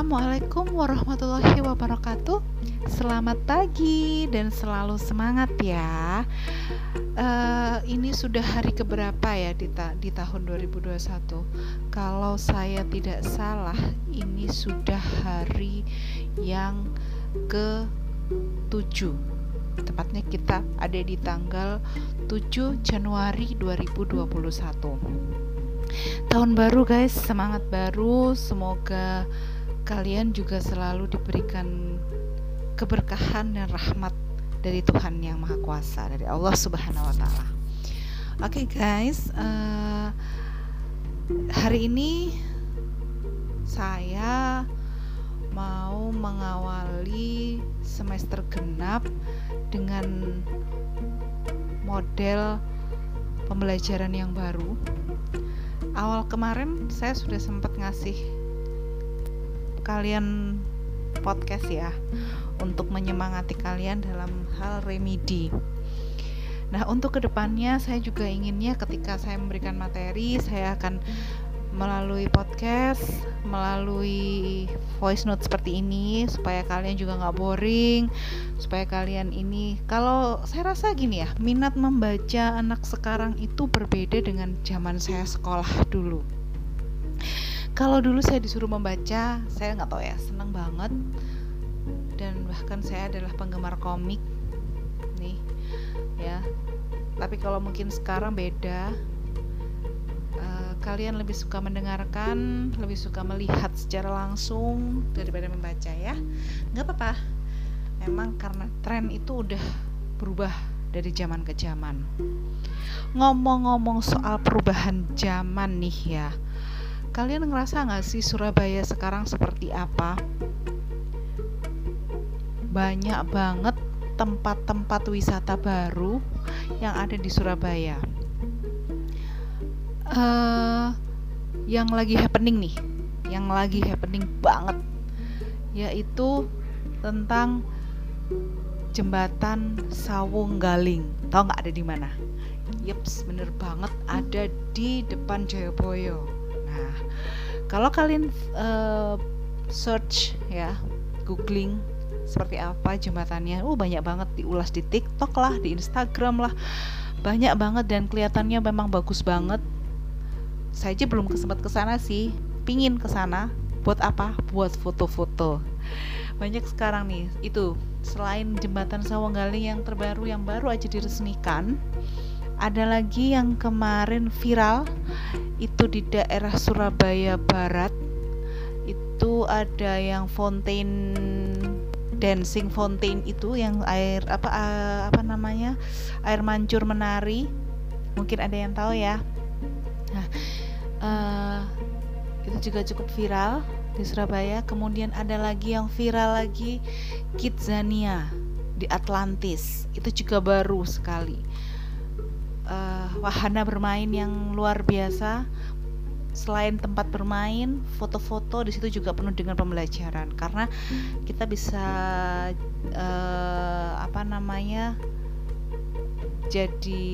Assalamualaikum warahmatullahi wabarakatuh. Selamat pagi dan selalu semangat ya. Ini sudah hari keberapa ya di tahun 2021? Kalau saya tidak salah, ini sudah hari yang ke-7. Tepatnya kita ada di tanggal 7 Januari 2021. Tahun baru guys, semangat baru. Semoga kalian juga selalu diberikan keberkahan dan rahmat dari Tuhan yang Maha Kuasa, dari Allah Subhanahu wa Ta'ala. Oke guys, hari ini saya mau mengawali semester genap dengan model pembelajaran yang baru. Awal kemarin saya sudah sempat ngasih kalian podcast ya, untuk menyemangati kalian dalam hal remedi. Nah, untuk kedepannya saya juga inginnya ketika saya memberikan materi, saya akan melalui podcast, melalui voice note seperti ini, supaya kalian juga gak boring, supaya kalian ini, kalau saya rasa gini ya, minat membaca anak sekarang itu berbeda dengan zaman saya sekolah dulu. Kalau dulu saya disuruh membaca, saya gak tahu ya, seneng banget, dan bahkan saya adalah penggemar komik nih ya. Tapi kalau mungkin sekarang beda, kalian lebih suka mendengarkan, lebih suka melihat secara langsung daripada membaca ya. Gak apa-apa, memang karena tren itu udah berubah dari zaman ke zaman. Ngomong-ngomong soal perubahan zaman nih ya, kalian ngerasa gak sih Surabaya sekarang seperti apa? Banyak banget tempat-tempat wisata baru yang ada di Surabaya. Yang lagi happening nih, yang lagi happening banget, yaitu tentang jembatan Sawunggaling. Tahu nggak ada di mana? Yeps, bener banget, ada di depan Jayabaya. Nah, kalau kalian search ya, googling seperti apa jembatannya, banyak banget diulas di TikTok lah, di Instagram lah, banyak banget dan kelihatannya memang bagus banget. Saya aja belum sempat kesana sih, pingin kesana. Buat apa? Buat foto-foto. Banyak sekarang nih, itu selain jembatan Sawunggaling yang terbaru, yang baru aja diresmikan, ada lagi yang kemarin viral, itu di daerah Surabaya Barat. Itu ada yang fountain, dancing fountain itu, yang air apa namanya, air mancur menari. Mungkin ada yang tahu ya. Nah, itu juga cukup viral di Surabaya. Kemudian ada lagi yang viral lagi, Kidzania di Atlantis. Itu juga baru sekali. Wahana bermain yang luar biasa. Selain tempat bermain, foto-foto di situ juga penuh dengan pembelajaran, karena kita bisa jadi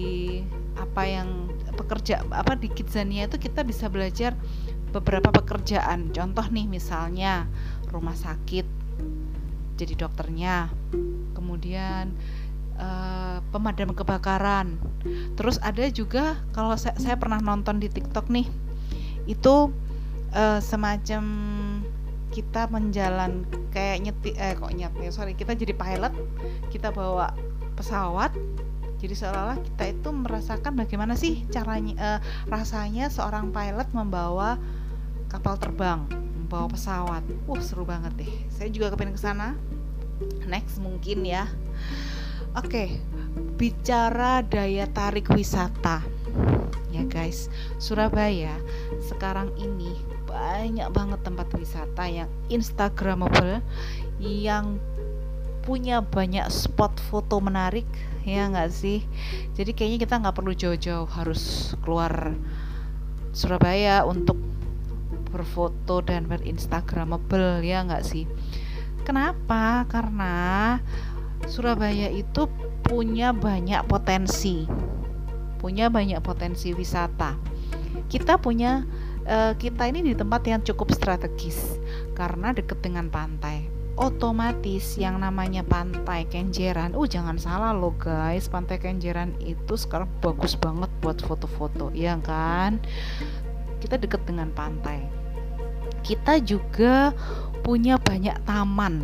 di Kidzania itu kita bisa belajar beberapa pekerjaan. Contoh nih, misalnya rumah sakit, jadi dokternya, kemudian pemadam kebakaran. Terus ada juga, kalau saya pernah nonton di TikTok nih, itu semacam kita menjalan kayak kita jadi pilot, kita bawa pesawat. Jadi seolah-olah kita itu merasakan bagaimana sih caranya, rasanya seorang pilot membawa kapal terbang, membawa pesawat. Seru banget deh. Saya juga kepengen kesana. Next mungkin ya. Oke, bicara daya tarik wisata ya guys, Surabaya sekarang ini banyak banget tempat wisata yang instagramable, yang punya banyak spot foto menarik, ya nggak sih? Jadi kayaknya kita nggak perlu jauh-jauh harus keluar Surabaya untuk berfoto dan berinstagramable, ya nggak sih? Kenapa? Karena Surabaya itu punya banyak potensi wisata. Kita punya kita ini di tempat yang cukup strategis karena deket dengan pantai. Otomatis yang namanya pantai Kenjeran, jangan salah loh guys, pantai Kenjeran itu sekarang bagus banget buat foto-foto, ya kan? Kita deket dengan pantai. Kita juga punya banyak taman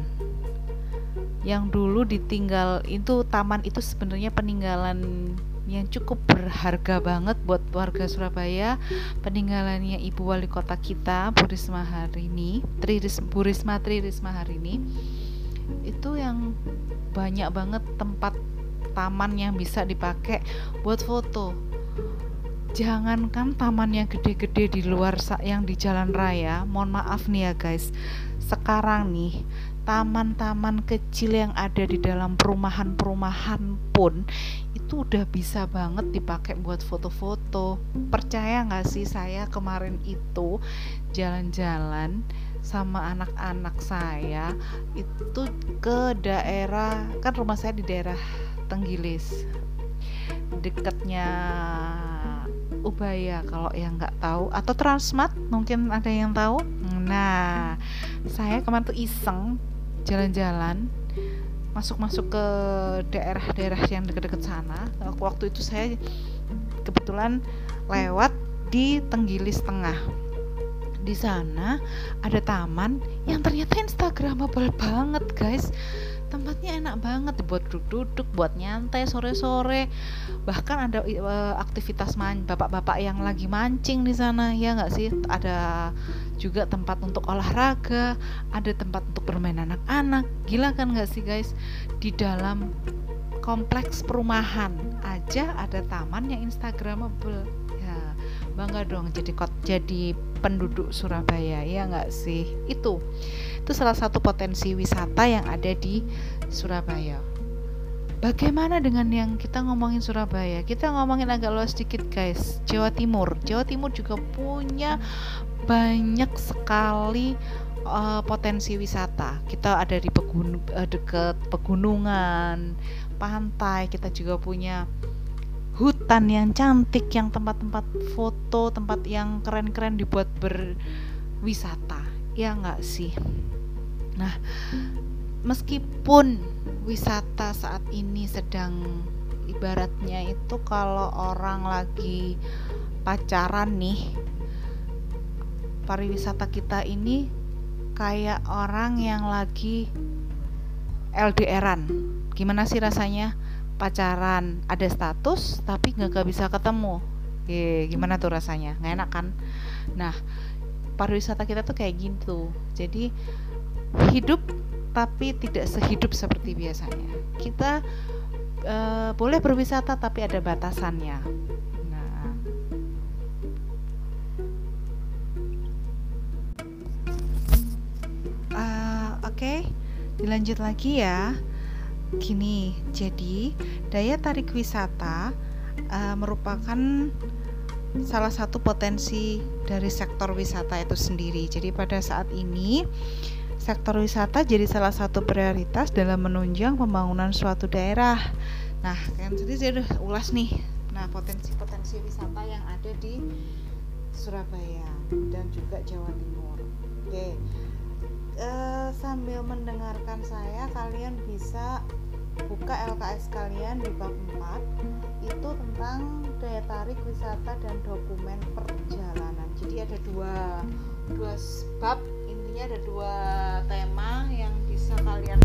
yang dulu ditinggal. Itu taman itu sebenarnya peninggalan yang cukup berharga banget buat warga Surabaya, peninggalannya Ibu Wali Kota kita Bu Risma Harini, Bu Risma Tri Risma Harini. Itu yang banyak banget tempat taman yang bisa dipakai buat foto. Jangankan taman yang gede-gede di luar yang di jalan raya, mohon maaf nih ya guys, sekarang nih taman-taman kecil yang ada di dalam perumahan-perumahan pun itu udah bisa banget dipakai buat foto-foto. Percaya nggak sih, saya kemarin itu jalan-jalan sama anak-anak saya itu ke daerah, kan rumah saya di daerah Tenggilis, dekatnya Ubaya kalau yang nggak tahu, atau Transmart mungkin ada yang tahu. Nah, saya kemarin tuh iseng jalan-jalan masuk ke daerah-daerah yang dekat-dekat sana. Waktu itu saya kebetulan lewat di Tenggilis Tengah. Di sana ada taman yang ternyata instagramable banget guys. Tempatnya enak banget buat duduk-duduk, buat nyantai sore-sore. Bahkan ada aktivitas bapak-bapak yang lagi mancing di sana, ya nggak sih? Ada juga tempat untuk olahraga, ada tempat untuk bermain anak-anak. Gila kan nggak sih guys? Di dalam kompleks perumahan aja ada taman yang instagramable. Ya, bangga dong jadi penduduk Surabaya, ya nggak sih? Itu salah satu potensi wisata yang ada di Surabaya. Bagaimana dengan yang kita ngomongin Surabaya? Kita ngomongin agak luas sedikit guys. Jawa Timur juga punya banyak sekali potensi wisata. Kita ada di dekat pegunungan, pantai. Kita juga punya hutan yang cantik, yang tempat-tempat foto, tempat yang keren-keren dibuat berwisata, ya nggak sih? Nah, meskipun wisata saat ini sedang ibaratnya itu kalau orang lagi pacaran nih, pariwisata kita ini kayak orang yang lagi LDRan. Gimana sih rasanya? Pacaran, ada status tapi nggak bisa ketemu. Gimana tuh rasanya? Nggak enak kan? Nah, pariwisata kita tuh kayak gitu. Jadi hidup tapi tidak sehidup seperti biasanya. Kita boleh berwisata tapi ada batasannya. Nah, oke, dilanjut lagi ya. Gini, jadi daya tarik wisata merupakan salah satu potensi dari sektor wisata itu sendiri. Jadi pada saat ini sektor wisata jadi salah satu prioritas dalam menunjang pembangunan suatu daerah. Nah, kan tadi saya udah ulas nih. Nah, potensi-potensi wisata yang ada di Surabaya dan juga Jawa Timur. Oke. Sambil mendengarkan saya, kalian bisa buka LKS kalian di bab 4 itu tentang daya tarik wisata dan dokumen perjalanan. Jadi ada dua bab, intinya ada dua tema yang bisa kalian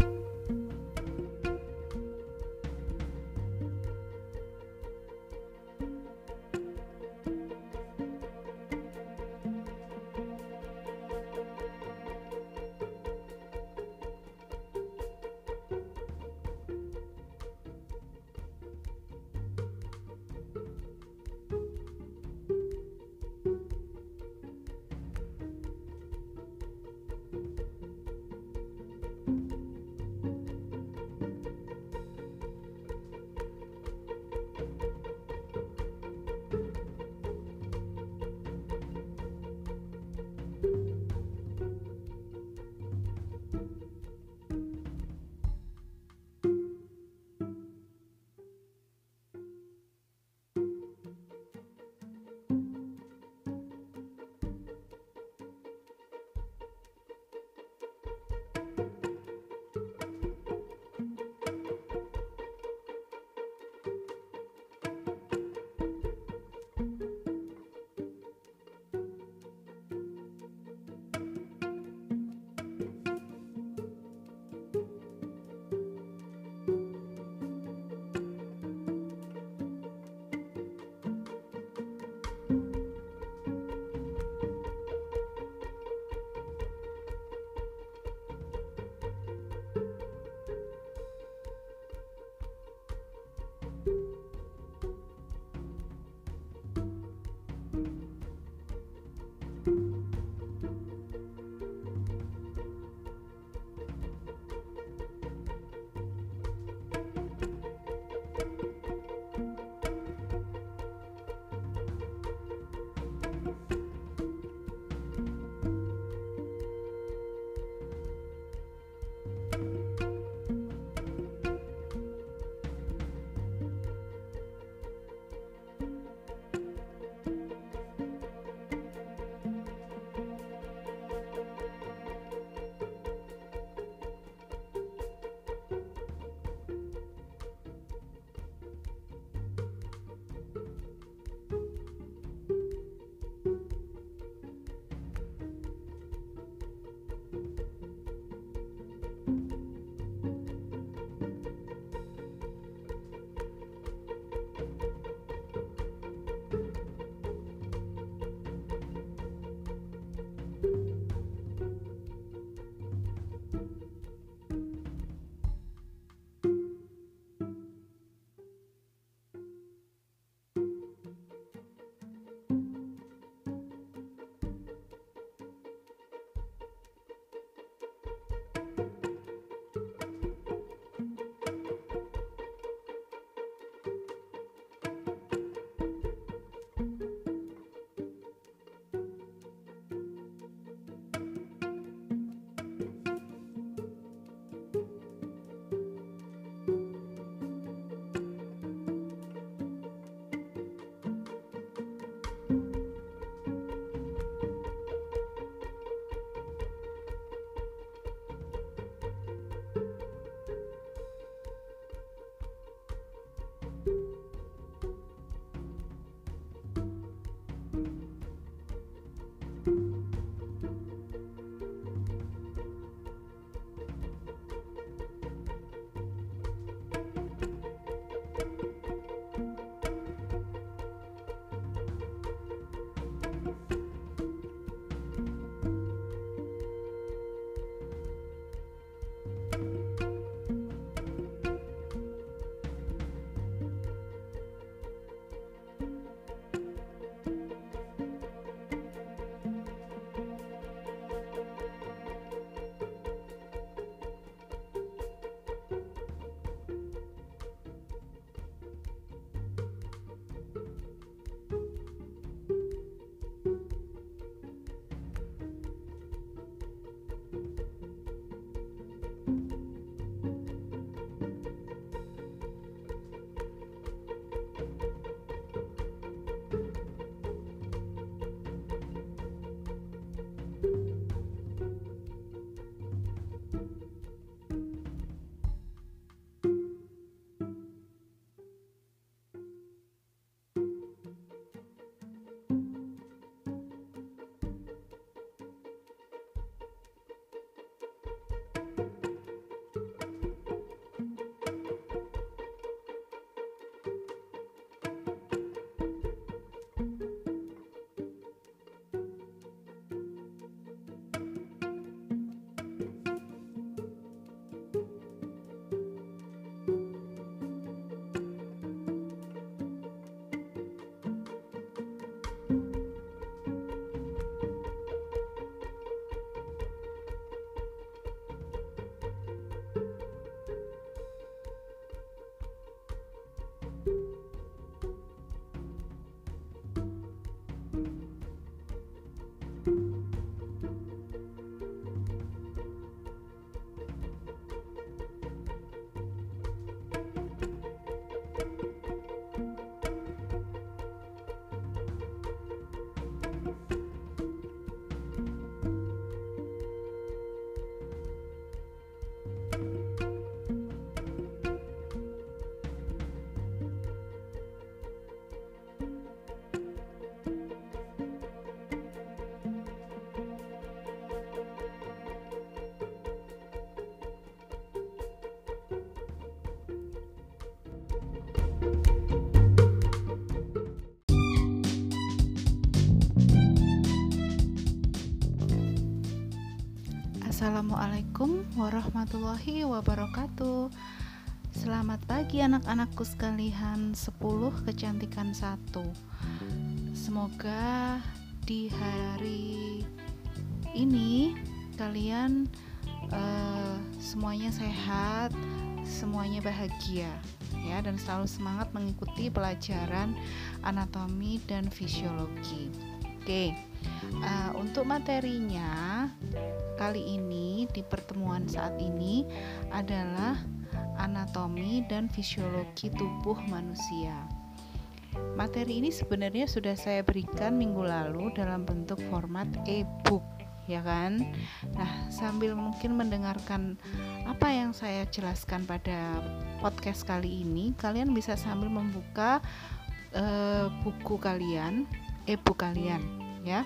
Assalamualaikum warahmatullahi wabarakatuh. Selamat pagi anak-anakku sekalian, 10 kecantikan 1. Semoga di hari ini kalian semuanya sehat, semuanya bahagia ya, dan selalu semangat mengikuti pelajaran anatomi dan fisiologi. Oke, untuk materinya kali ini di pertemuan saat ini adalah anatomi dan fisiologi tubuh manusia. Materi ini sebenarnya sudah saya berikan minggu lalu dalam bentuk format e-book, ya kan? Nah, sambil mungkin mendengarkan apa yang saya jelaskan pada podcast kali ini, kalian bisa sambil membuka buku kalian, e-book kalian, ya.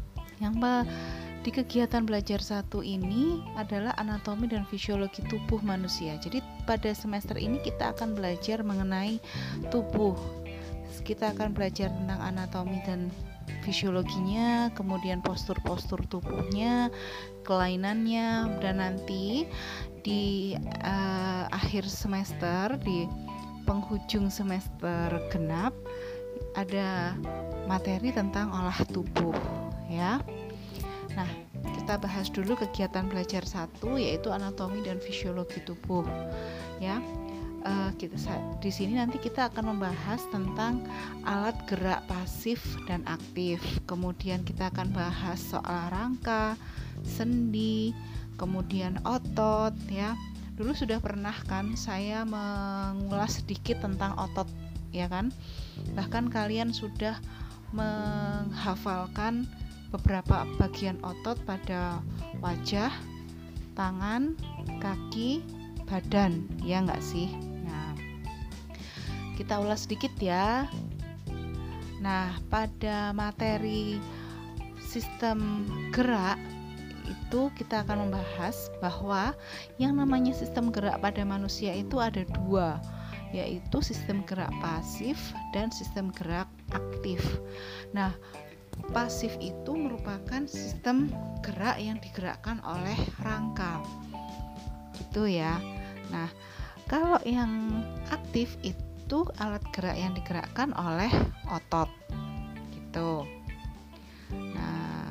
Di kegiatan belajar 1 ini adalah anatomi dan fisiologi tubuh manusia. Jadi pada semester ini kita akan belajar mengenai tubuh. Kita akan belajar tentang anatomi dan fisiologinya, kemudian postur-postur tubuhnya, kelainannya, dan nanti di akhir semester, di penghujung semester genap, ada materi tentang olah tubuh, ya. Nah, kita bahas dulu kegiatan belajar 1, yaitu anatomi dan fisiologi tubuh, ya. Di sini nanti kita akan membahas tentang alat gerak pasif dan aktif. Kemudian kita akan bahas soal rangka, sendi, kemudian otot, ya. Dulu sudah pernah kan saya mengulas sedikit tentang otot, ya kan? Bahkan kalian sudah menghafalkan beberapa bagian otot pada wajah, tangan, kaki, badan, ya enggak sih? Nah, kita ulas sedikit ya. Nah, pada materi sistem gerak itu kita akan membahas bahwa yang namanya sistem gerak pada manusia itu ada 2, yaitu sistem gerak pasif dan sistem gerak aktif. Nah, pasif itu merupakan sistem gerak yang digerakkan oleh rangka, gitu ya. Nah, kalau yang aktif itu alat gerak yang digerakkan oleh otot, gitu. Nah,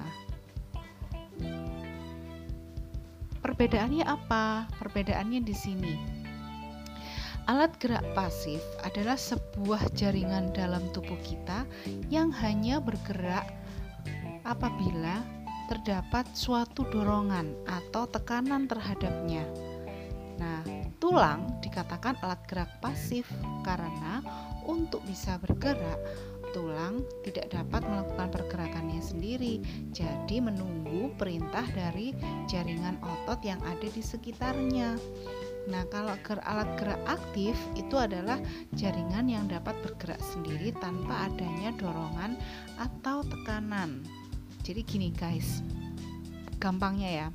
perbedaannya apa? Perbedaannya di sini. Alat gerak pasif adalah sebuah jaringan dalam tubuh kita yang hanya bergerak apabila terdapat suatu dorongan atau tekanan terhadapnya. Nah, tulang dikatakan alat gerak pasif karena untuk bisa bergerak, tulang tidak dapat melakukan pergerakannya sendiri, jadi menunggu perintah dari jaringan otot yang ada di sekitarnya. Nah, kalau alat gerak aktif itu adalah jaringan yang dapat bergerak sendiri tanpa adanya dorongan atau tekanan. Jadi gini guys, gampangnya ya,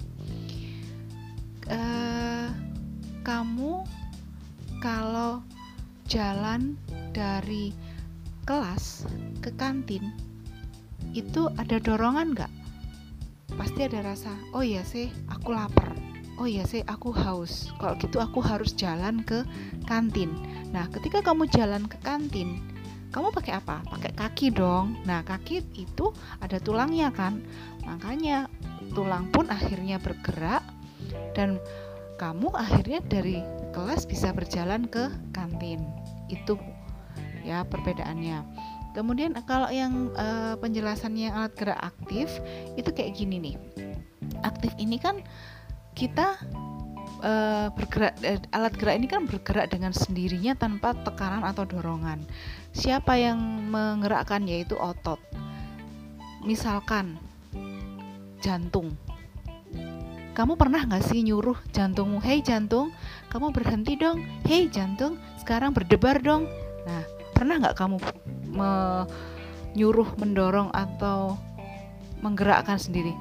kamu kalau jalan dari kelas ke kantin itu ada dorongan nggak? Pasti ada rasa, oh iya sih aku lapar, oh iya sih aku haus, kalau gitu aku harus jalan ke kantin. Nah, ketika kamu jalan ke kantin, kamu pakai apa? Pakai kaki dong. Nah, kaki itu ada tulangnya kan, makanya tulang pun akhirnya bergerak dan kamu akhirnya dari kelas bisa berjalan ke kantin. Itu ya perbedaannya. Kemudian kalau yang penjelasannya alat gerak aktif itu kayak gini nih. Aktif ini kan kita bergerak, alat gerak ini kan bergerak dengan sendirinya tanpa tekanan atau dorongan. Siapa yang menggerakkan? Yaitu otot. Misalkan jantung. Kamu pernah gak sih nyuruh jantungmu, hei jantung, kamu berhenti dong, hei jantung, sekarang berdebar dong. Nah, pernah gak kamu menyuruh, mendorong atau menggerakkan sendiri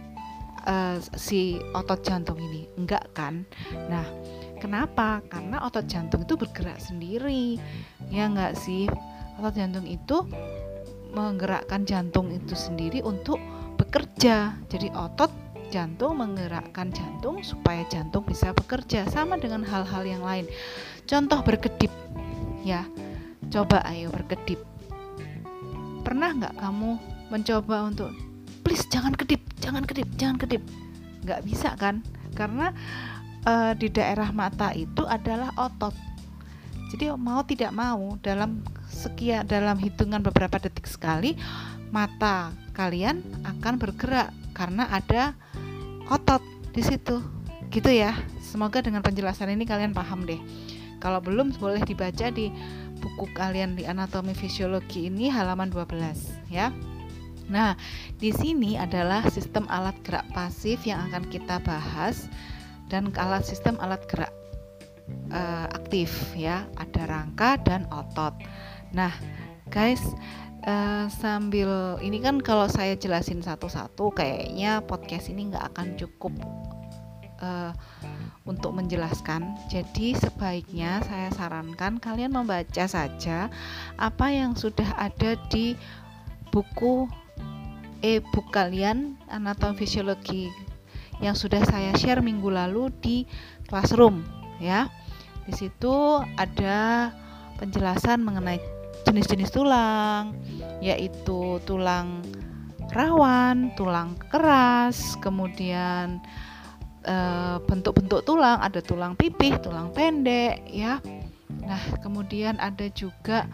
si otot jantung ini? Enggak kan? Nah, kenapa? Karena otot jantung itu bergerak sendiri, ya enggak sih? Otot jantung itu menggerakkan jantung itu sendiri untuk bekerja. Jadi otot jantung, menggerakkan jantung supaya jantung bisa bekerja, sama dengan hal-hal yang lain. Contoh berkedip ya, coba ayo berkedip. Pernah nggak kamu mencoba untuk please jangan kedip, nggak bisa kan, karena di daerah mata itu adalah otot. Jadi mau tidak mau dalam hitungan beberapa detik sekali mata kalian akan bergerak karena ada otot di situ. Gitu ya. Semoga dengan penjelasan ini kalian paham deh. Kalau belum boleh dibaca di buku kalian di anatomi fisiologi ini halaman 12 ya. Nah, di sini adalah sistem alat gerak pasif yang akan kita bahas dan sistem alat gerak aktif ya, ada rangka dan otot. Nah, guys, sambil ini kan kalau saya jelasin satu-satu kayaknya podcast ini nggak akan cukup untuk menjelaskan. Jadi sebaiknya saya sarankan kalian membaca saja apa yang sudah ada di buku e-book kalian anatomi fisiologi yang sudah saya share minggu lalu di Classroom ya. Di situ ada penjelasan mengenai jenis-jenis tulang, yaitu tulang rawan, tulang keras, kemudian bentuk-bentuk tulang, ada tulang pipih, tulang pendek ya. Nah, kemudian ada juga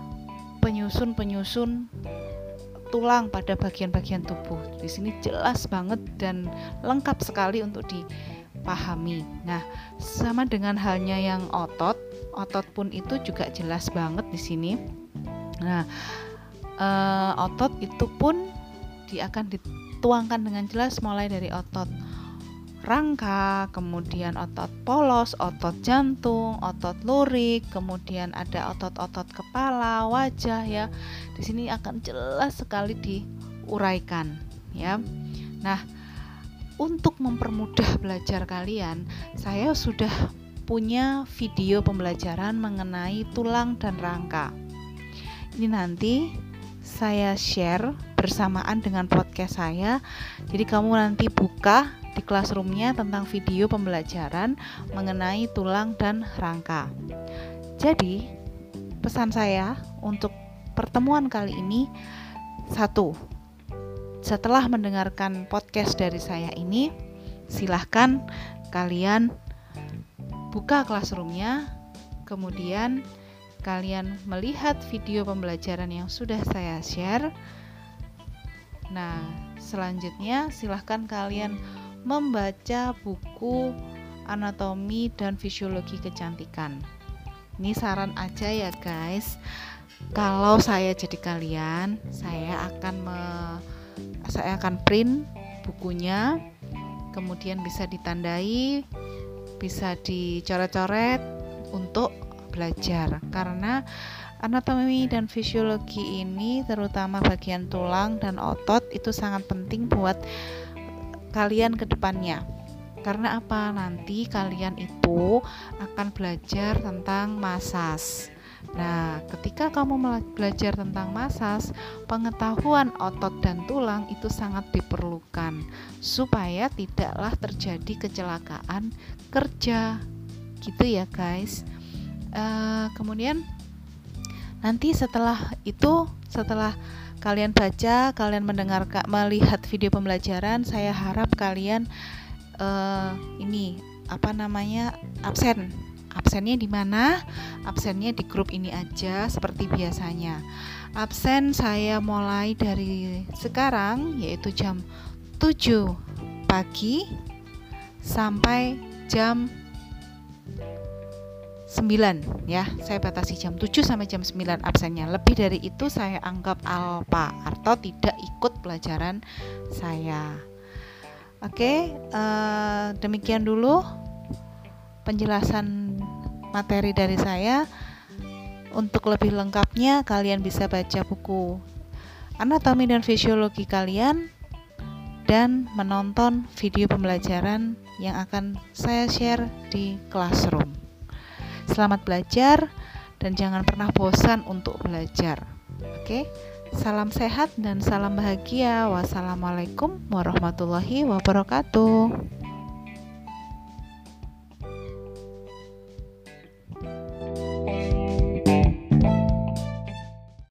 penyusun tulang pada bagian-bagian tubuh. Di sini jelas banget dan lengkap sekali untuk dipahami. Nah, sama dengan halnya yang otot pun itu juga jelas banget di sini. Nah, otot itu pun akan dituangkan dengan jelas mulai dari otot rangka, kemudian otot polos, otot jantung, otot lurik, kemudian ada otot-otot kepala, wajah ya. Di sini akan jelas sekali diuraikan ya. Nah, untuk mempermudah belajar kalian, saya sudah punya video pembelajaran mengenai tulang dan rangka. Ini nanti saya share bersamaan dengan podcast saya. Jadi kamu nanti buka di Classroom-nya tentang video pembelajaran mengenai tulang dan rangka. Jadi, pesan saya untuk pertemuan kali ini, 1. Setelah mendengarkan podcast dari saya ini, silahkan kalian buka Classroom-nya, kemudian kalian melihat video pembelajaran yang sudah saya share. Nah, selanjutnya silahkan kalian membaca buku anatomi dan fisiologi kecantikan. Ini saran aja ya guys. Kalau saya jadi kalian, saya akan print bukunya, kemudian bisa ditandai, bisa dicoret-coret untuk belajar. Karena anatomi dan fisiologi ini terutama bagian tulang dan otot itu sangat penting buat kalian ke depannya. Karena apa? Nanti kalian itu akan belajar tentang masas. Nah, ketika kamu belajar tentang masas, pengetahuan otot dan tulang itu sangat diperlukan supaya tidaklah terjadi kecelakaan kerja. Gitu ya guys. Kemudian nanti setelah kalian baca, kalian melihat video pembelajaran, saya harap kalian absennya di mana? Absennya di grup ini aja seperti biasanya. Absen saya mulai dari sekarang, yaitu jam 7 pagi sampai jam 9 ya. Saya batasi jam 7 sampai jam 9 absennya. Lebih dari itu saya anggap alpa atau tidak ikut pelajaran saya. Oke, demikian dulu penjelasan materi dari saya. Untuk lebih lengkapnya kalian bisa baca buku anatomi dan fisiologi kalian dan menonton video pembelajaran yang akan saya share di Classroom. Selamat belajar dan jangan pernah bosan untuk belajar. Oke, Salam sehat dan salam bahagia. Wassalamualaikum warahmatullahi wabarakatuh.